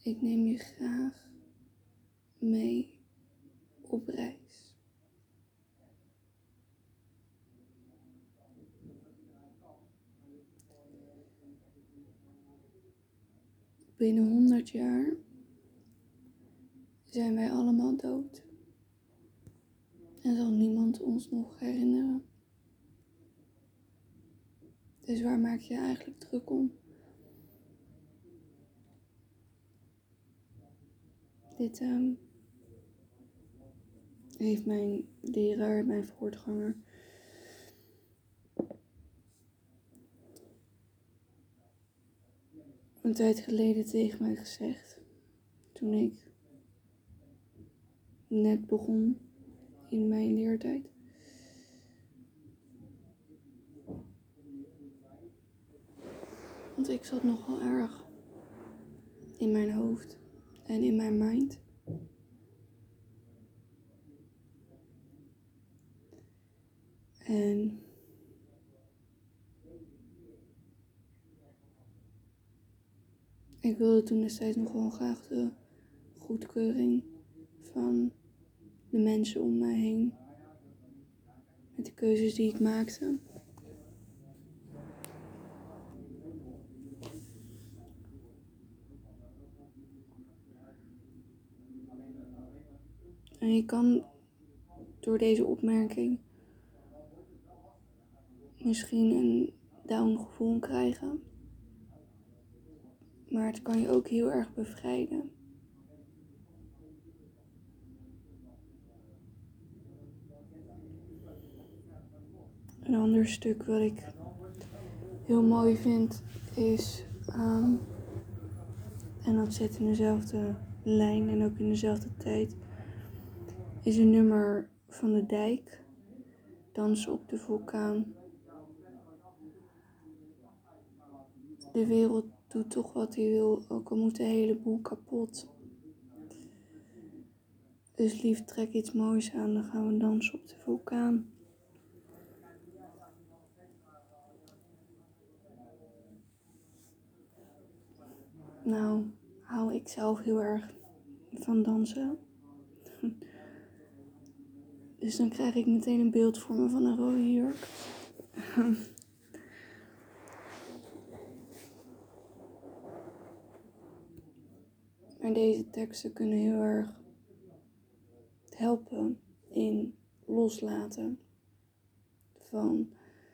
Ik neem je graag mee op reis. Binnen 100 jaar zijn wij allemaal dood. En zal niemand ons nog herinneren. Dus waar maak je eigenlijk druk om? Dit heeft mijn leraar, mijn voorganger, een tijd geleden tegen mij gezegd. Toen ik net begon in mijn leertijd. Want ik zat nogal erg in mijn hoofd en in mijn mind. En ik wilde toen destijds nog wel graag de goedkeuring van de mensen om mij heen. Met de keuzes die ik maakte. En je kan door deze opmerking misschien een down gevoel krijgen. Maar het kan je ook heel erg bevrijden. Een ander stuk wat ik heel mooi vind is, en dat zit in dezelfde lijn en ook in dezelfde tijd, is een nummer van de Dijk, Dansen op de Vulkaan. De wereld doet toch wat hij wil, ook al moet de hele boel kapot. Dus lief, trek iets moois aan, dan gaan we dansen op de vulkaan. Nou, hou ik zelf heel erg van dansen. Dus dan krijg ik meteen een beeld voor me van een rode jurk. Maar deze teksten kunnen heel erg helpen in loslaten van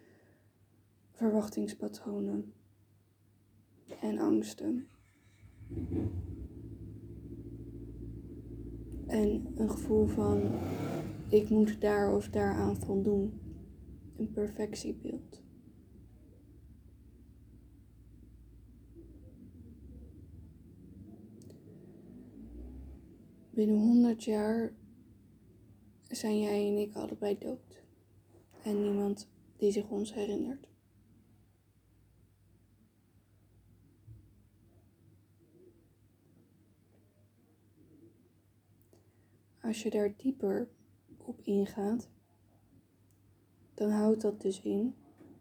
verwachtingspatronen en angsten. En een gevoel van, ik moet daar of daaraan voldoen. Een perfectiebeeld. Binnen 100 jaar zijn jij en ik allebei dood. En niemand die zich ons herinnert. Als je daar dieper op ingaat, dan houdt dat dus in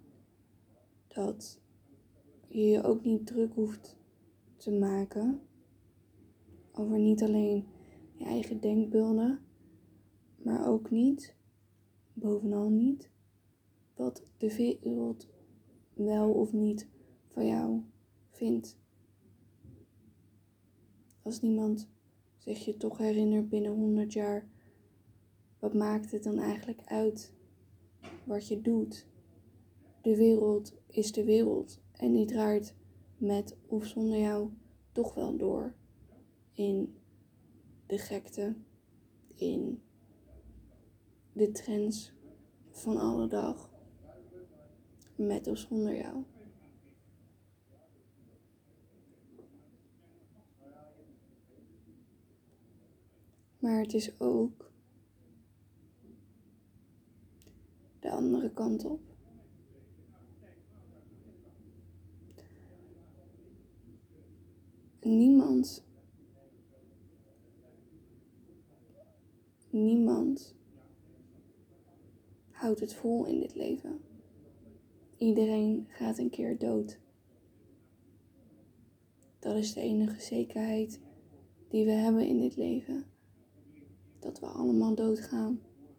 dat je je ook niet druk hoeft te maken over niet alleen je eigen denkbeelden, maar ook niet, bovenal niet, wat de wereld wel of niet van jou vindt. Als niemand zich je toch herinnert binnen 100 jaar, wat maakt het dan eigenlijk uit wat je doet? De wereld is de wereld en die draait met of zonder jou toch wel door. In de gekte, in de trends van alle dag, met of zonder jou. Maar het is ook de andere kant op. Niemand houdt het vol in dit leven. Iedereen gaat een keer dood. Dat is de enige zekerheid die we hebben in dit leven. Dat we allemaal doodgaan.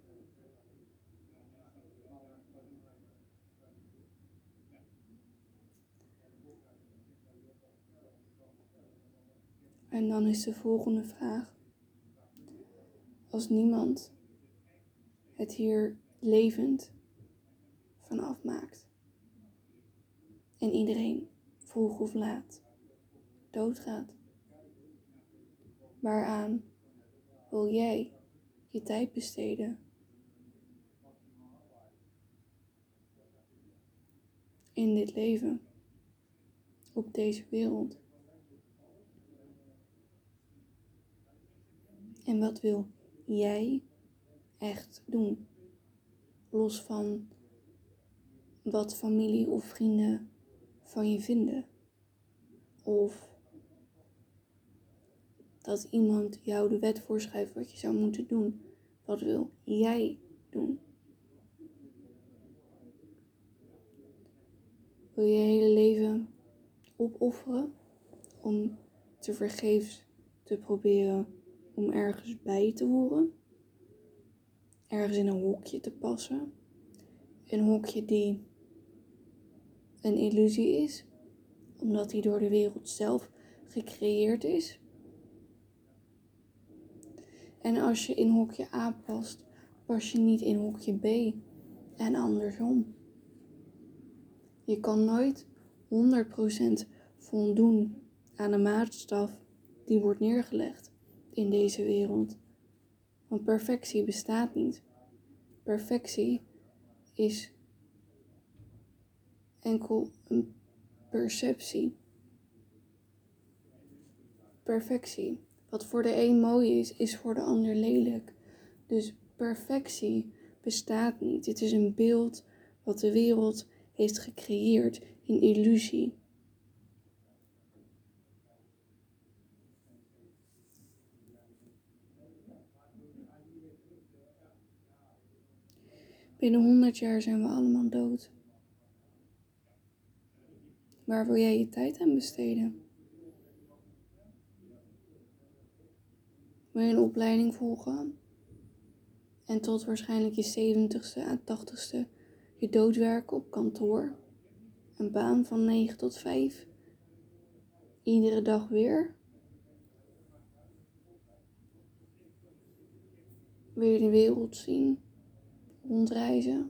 En dan is de volgende vraag. Als niemand het hier levend vanaf maakt. En iedereen, vroeg of laat, doodgaat. Waaraan wil jij je tijd besteden? In dit leven. Op deze wereld. En wat wil jij echt doen? Los van wat familie of vrienden van je vinden. Of dat iemand jou de wet voorschrijft wat je zou moeten doen. Wat wil jij doen? Wil je hele leven opofferen om tevergeefs te proberen om ergens bij te horen? Ergens in een hokje te passen? Een hokje die een illusie is, omdat die door de wereld zelf gecreëerd is. En als je in hokje A past, pas je niet in hokje B en andersom. Je kan nooit 100% voldoen aan de maatstaf die wordt neergelegd in deze wereld. Want perfectie bestaat niet. Perfectie is enkel een perceptie. Perfectie. Wat voor de een mooi is, is voor de ander lelijk. Dus perfectie bestaat niet. Het is een beeld wat de wereld heeft gecreëerd in illusie. Binnen 100 jaar zijn we allemaal dood. Waar wil jij je tijd aan besteden? Wil je een opleiding volgen? En tot waarschijnlijk je 70ste à 80ste je doodwerken op kantoor? Een baan van 9 tot 5? Iedere dag weer? Wil je de wereld zien? Rondreizen?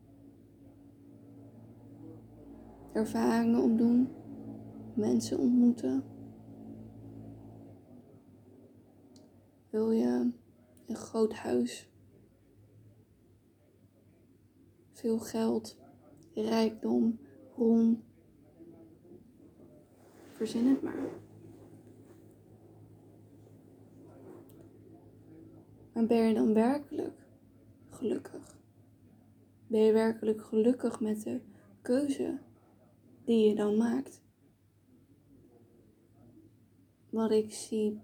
Ervaringen opdoen? Mensen ontmoeten? Wil je een groot huis? Veel geld? Rijkdom? Roem? Verzin het maar. Maar ben je dan werkelijk gelukkig? Ben je werkelijk gelukkig met de keuze die je dan maakt? Wat ik zie,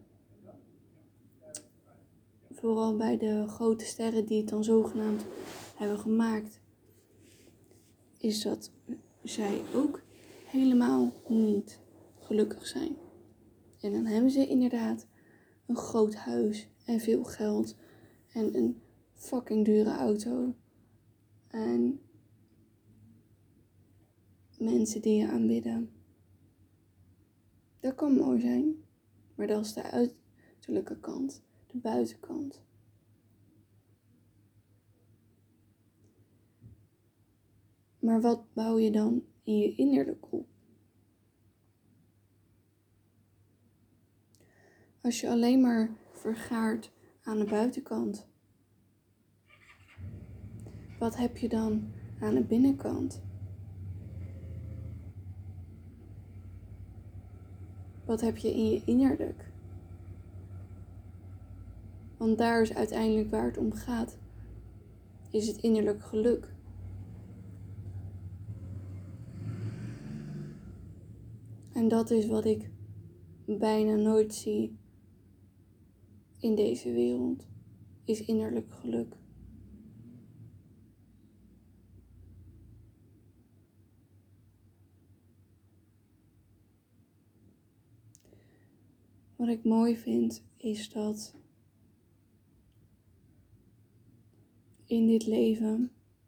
vooral bij de grote sterren die het dan zogenaamd hebben gemaakt, is dat zij ook helemaal niet gelukkig zijn. En dan hebben ze inderdaad een groot huis en veel geld en een fucking dure auto. En mensen die je aanbidden. Dat kan mooi zijn, maar dat is de uiterlijke kant, de buitenkant. Maar wat bouw je dan in je innerlijk op? Als je alleen maar vergaart aan de buitenkant, wat heb je dan aan de binnenkant? Wat heb je in je innerlijk? Want daar is uiteindelijk waar het om gaat. Is het innerlijk geluk. En dat is wat ik bijna nooit zie in deze wereld. Is innerlijk geluk. Wat ik mooi vind is dat in dit leven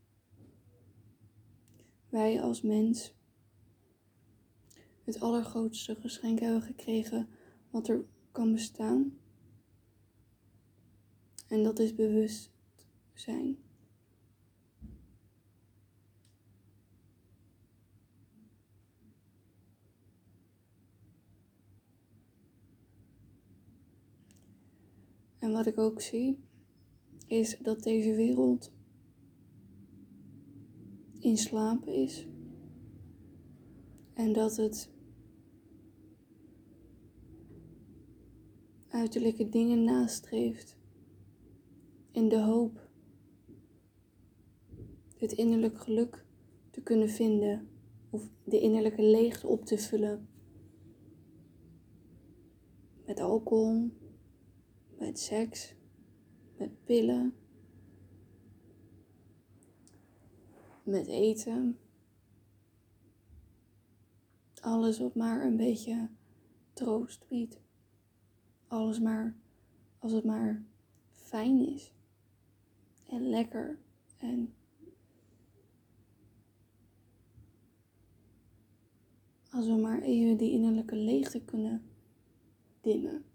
wij als mens het allergrootste geschenk hebben gekregen wat er kan bestaan. En dat is bewustzijn. En wat ik ook zie, is dat deze wereld in slaap is. En dat het uiterlijke dingen nastreeft in de hoop het innerlijk geluk te kunnen vinden of de innerlijke leegte op te vullen met alcohol, met seks, met pillen, met eten. Alles wat maar een beetje troost biedt. Alles maar als het maar fijn is en lekker en als we maar even die innerlijke leegte kunnen dimmen.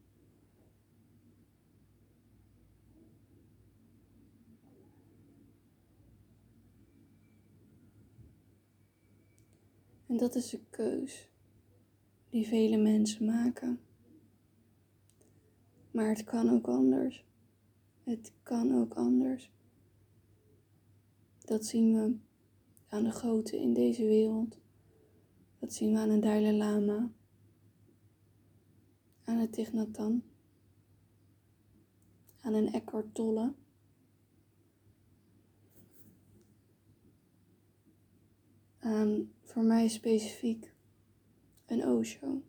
En dat is de keus die vele mensen maken. Maar het kan ook anders. Het kan ook anders. Dat zien we aan de groten in deze wereld. Dat zien we aan een Dalai Lama. Aan een Thich Nhat Hanh. Aan een Eckhart Tolle. Aan, voor mij specifiek, een Osho.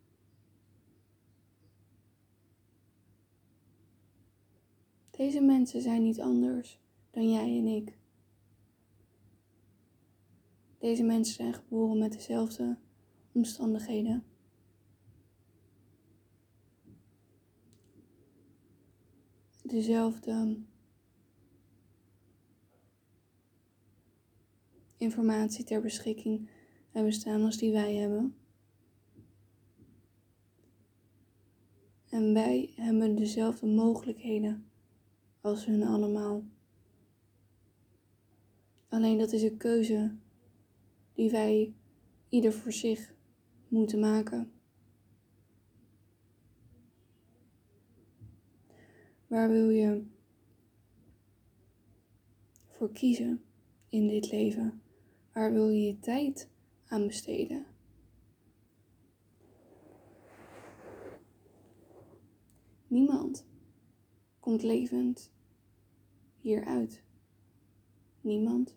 Deze mensen zijn niet anders dan jij en ik. Deze mensen zijn geboren met dezelfde omstandigheden. Dezelfde informatie ter beschikking hebben staan als die wij hebben. En wij hebben dezelfde mogelijkheden als hun allemaal. Alleen dat is een keuze die wij ieder voor zich moeten maken. Waar wil je voor kiezen in dit leven? Waar wil je je tijd aan besteden? Niemand komt levend hieruit. Niemand.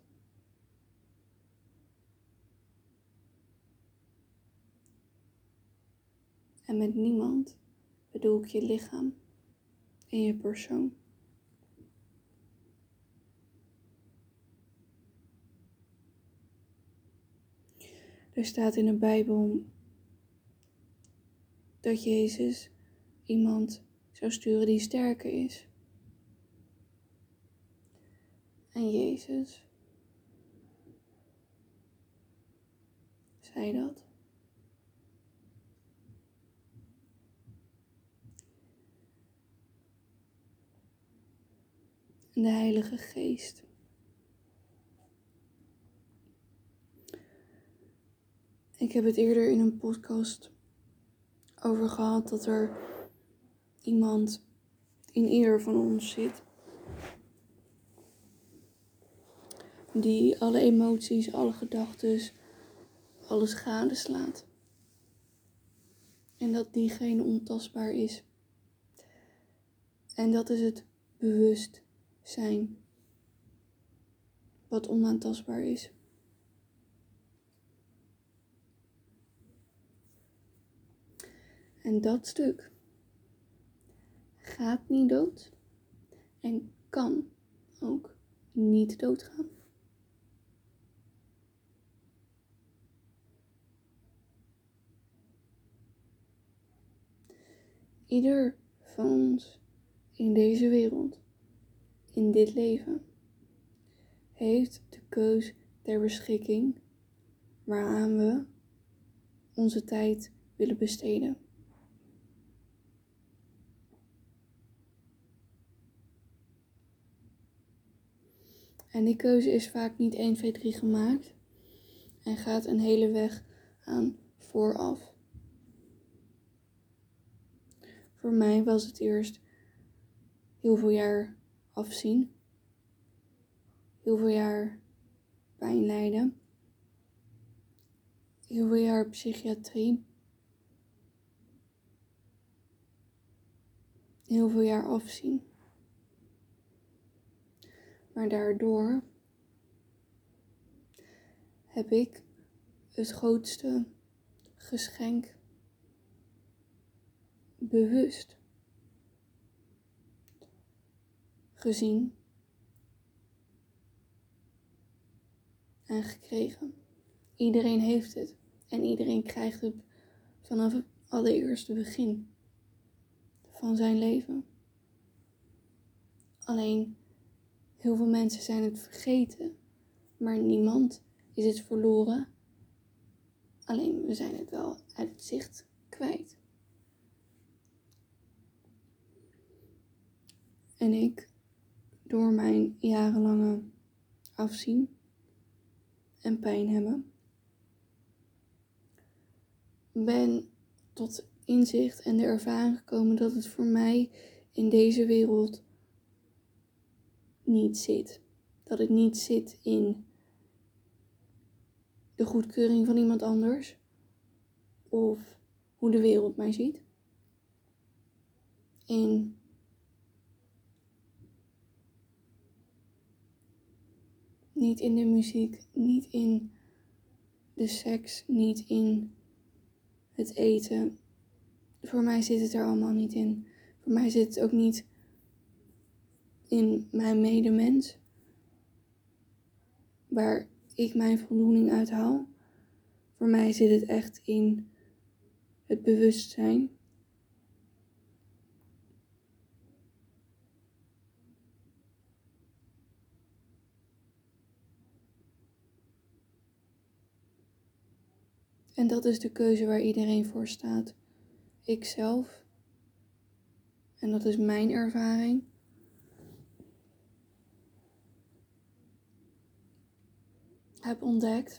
En met niemand bedoel ik je lichaam en je persoon. Er staat in de Bijbel dat Jezus iemand zou sturen die sterker is. En Jezus zei dat. En de Heilige Geest. Ik heb het eerder in een podcast over gehad dat er iemand in ieder van ons zit die alle emoties, alle gedachten, alles gadeslaat. En dat diegene ontastbaar is. En dat is het bewustzijn wat onaantastbaar is. En dat stuk gaat niet dood en kan ook niet doodgaan. Ieder van ons in deze wereld, in dit leven, heeft de keus ter beschikking waaraan we onze tijd willen besteden. En die keuze is vaak niet 1, 2, 3 gemaakt en gaat een hele weg aan vooraf. Voor mij was het eerst heel veel jaar afzien, heel veel jaar pijn lijden, heel veel jaar psychiatrie, heel veel jaar afzien. Maar daardoor heb ik het grootste geschenk bewust gezien en gekregen. Iedereen heeft het en iedereen krijgt het vanaf het allereerste begin van zijn leven. Alleen heel veel mensen zijn het vergeten, maar niemand is het verloren. Alleen we zijn het wel uit het zicht kwijt. En ik, door mijn jarenlange afzien en pijn hebben, ben tot inzicht en de ervaring gekomen dat het voor mij in deze wereld niet zit. Dat ik niet zit in de goedkeuring van iemand anders of hoe de wereld mij ziet. Niet in de muziek, niet in de seks, niet in het eten. Voor mij zit het er allemaal niet in. Voor mij zit het ook niet in mijn medemens, waar ik mijn voldoening uit haal. Voor mij zit het echt in het bewustzijn. En dat is de keuze waar iedereen voor staat. Ikzelf. En dat is mijn ervaring. Heb ontdekt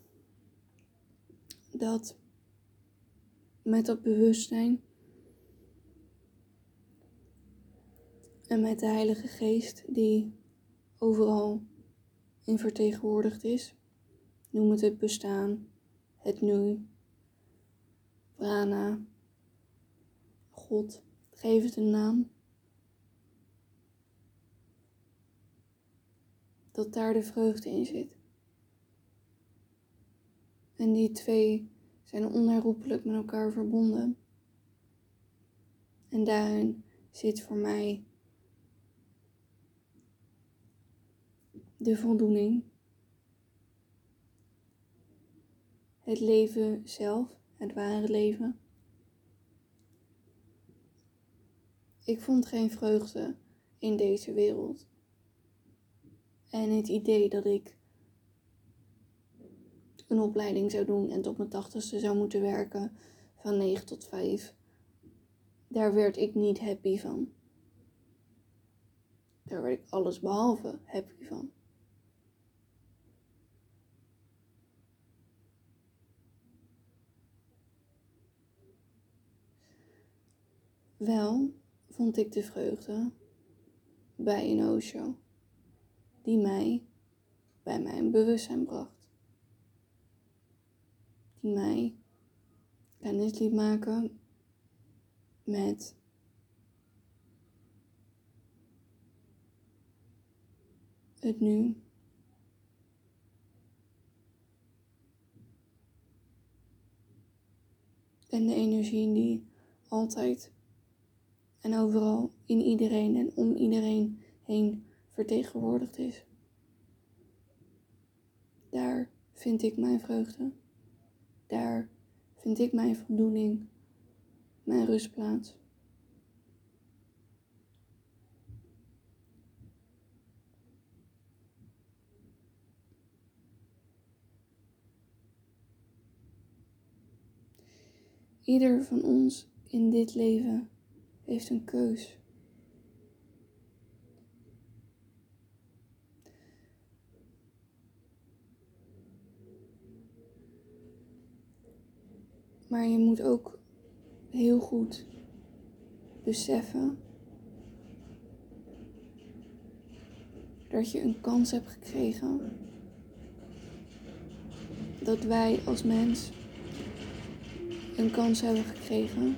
dat met dat bewustzijn en met de Heilige Geest die overal in vertegenwoordigd is, noem het bestaan, het nu, prana, God, geef het een naam, dat daar de vreugde in zit. En die twee zijn onherroepelijk met elkaar verbonden. En daarin zit voor mij de voldoening, het leven zelf, het ware leven. Ik vond geen vreugde in deze wereld. En het idee dat ik een opleiding zou doen en tot mijn 80ste zou moeten werken van 9 tot 5, daar werd ik niet happy van. Daar werd ik alles behalve happy van. Wel vond ik de vreugde bij een Osho, die mij bij mijn bewustzijn bracht. Die mij kennis liet maken met het nu. En de energie die altijd en overal in iedereen en om iedereen heen vertegenwoordigd is. Daar vind ik mijn vreugde. Daar vind ik mijn voldoening, mijn rustplaats. Ieder van ons in dit leven heeft een keus. Maar je moet ook heel goed beseffen dat je een kans hebt gekregen. Dat wij als mens een kans hebben gekregen.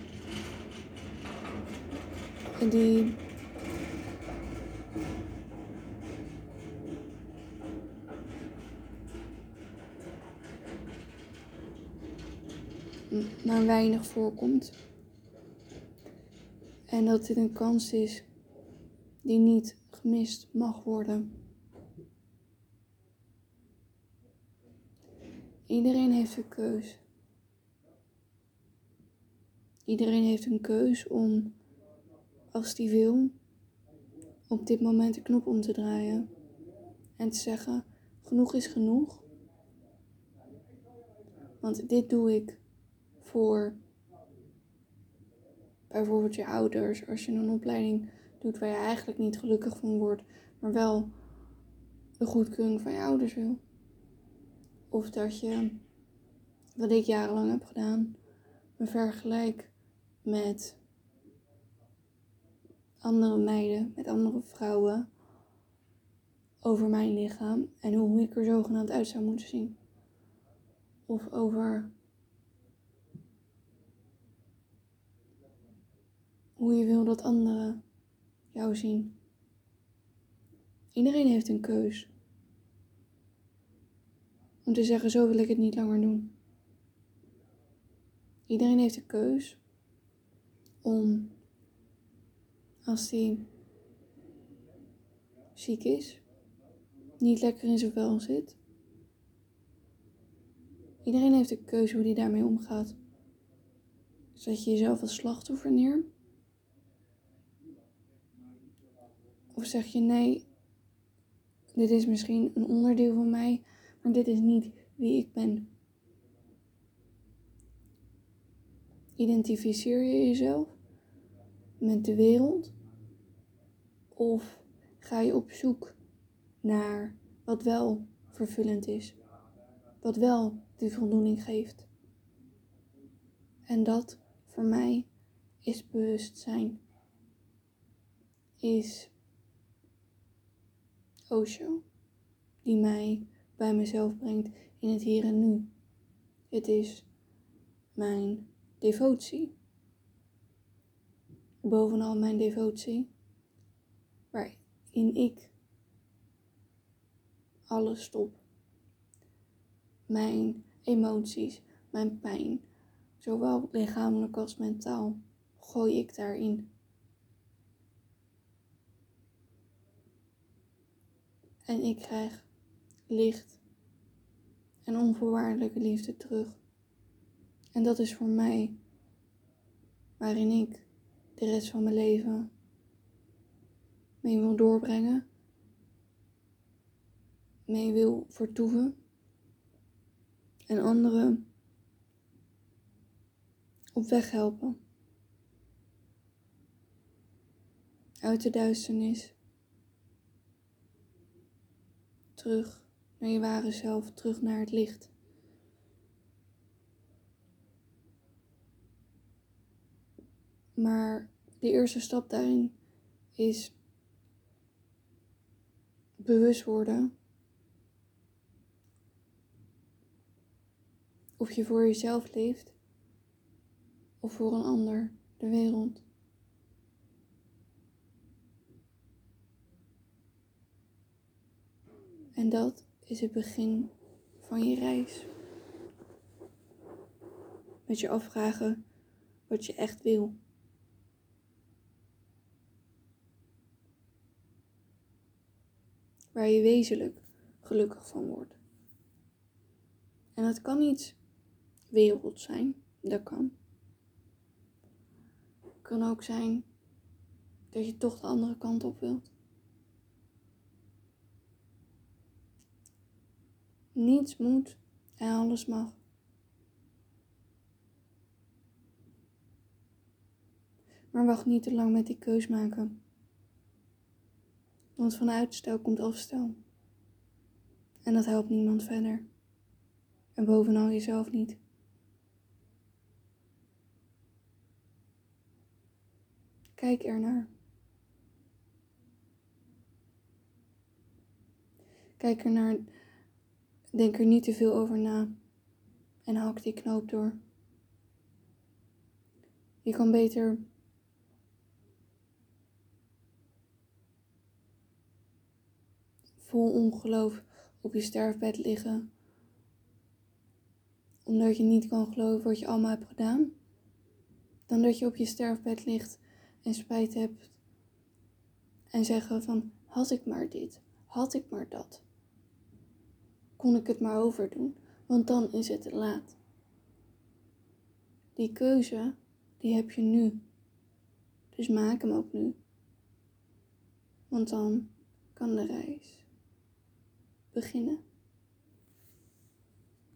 Die maar weinig voorkomt. En dat dit een kans is die niet gemist mag worden. Iedereen heeft een keus. Iedereen heeft een keus om, als die wil, op dit moment de knop om te draaien. En te zeggen, genoeg is genoeg. Want dit doe ik voor bijvoorbeeld je ouders. Als je een opleiding doet waar je eigenlijk niet gelukkig van wordt, maar wel de goedkeuring van je ouders wil. Of dat je, wat ik jarenlang heb gedaan, me vergelijk met andere meiden, met andere vrouwen over mijn lichaam en hoe ik er zogenaamd uit zou moeten zien. Of over hoe je wil dat anderen jou zien. Iedereen heeft een keus. Om te zeggen, zo wil ik het niet langer doen. Iedereen heeft een keus om, als hij ziek is, niet lekker in zijn vel zit. Iedereen heeft een keuze hoe hij daarmee omgaat. Zet je jezelf als slachtoffer neer? Of zeg je nee, dit is misschien een onderdeel van mij, maar dit is niet wie ik ben. Identificeer je jezelf met de wereld? Of ga je op zoek naar wat wel vervullend is? Wat wel die voldoening geeft? En dat voor mij is bewustzijn. Is Osho. Die mij bij mezelf brengt in het hier en nu. Het is mijn devotie. Bovenal mijn devotie. Waarin ik alles stop. Mijn emoties, mijn pijn, zowel lichamelijk als mentaal, gooi ik daarin. En ik krijg licht en onvoorwaardelijke liefde terug. En dat is voor mij waarin ik de rest van mijn leven mee wil doorbrengen, mee wil vertoeven en anderen op weg helpen. Uit de duisternis, terug naar je ware zelf, terug naar het licht. Maar de eerste stap daarin is bewust worden of je voor jezelf leeft of voor een ander, de wereld. En dat is het begin van je reis. Met je afvragen wat je echt wil. Waar je wezenlijk gelukkig van wordt. En dat kan niet wereld zijn, dat kan. Het kan ook zijn dat je toch de andere kant op wilt. Niets moet en alles mag. Maar wacht niet te lang met die keus maken. Want van uitstel komt afstel. En dat helpt niemand verder. En bovenal jezelf niet. Kijk ernaar. Kijk ernaar. Denk er niet te veel over na. En hak die knoop door. Je kan beter vol ongeloof op je sterfbed liggen. Omdat je niet kan geloven wat je allemaal hebt gedaan. Dan dat je op je sterfbed ligt en spijt hebt. En zeggen van, had ik maar dit, had ik maar dat. Kon ik het maar overdoen, want dan is het te laat. Die keuze, die heb je nu. Dus maak hem ook nu. Want dan kan de reis beginnen.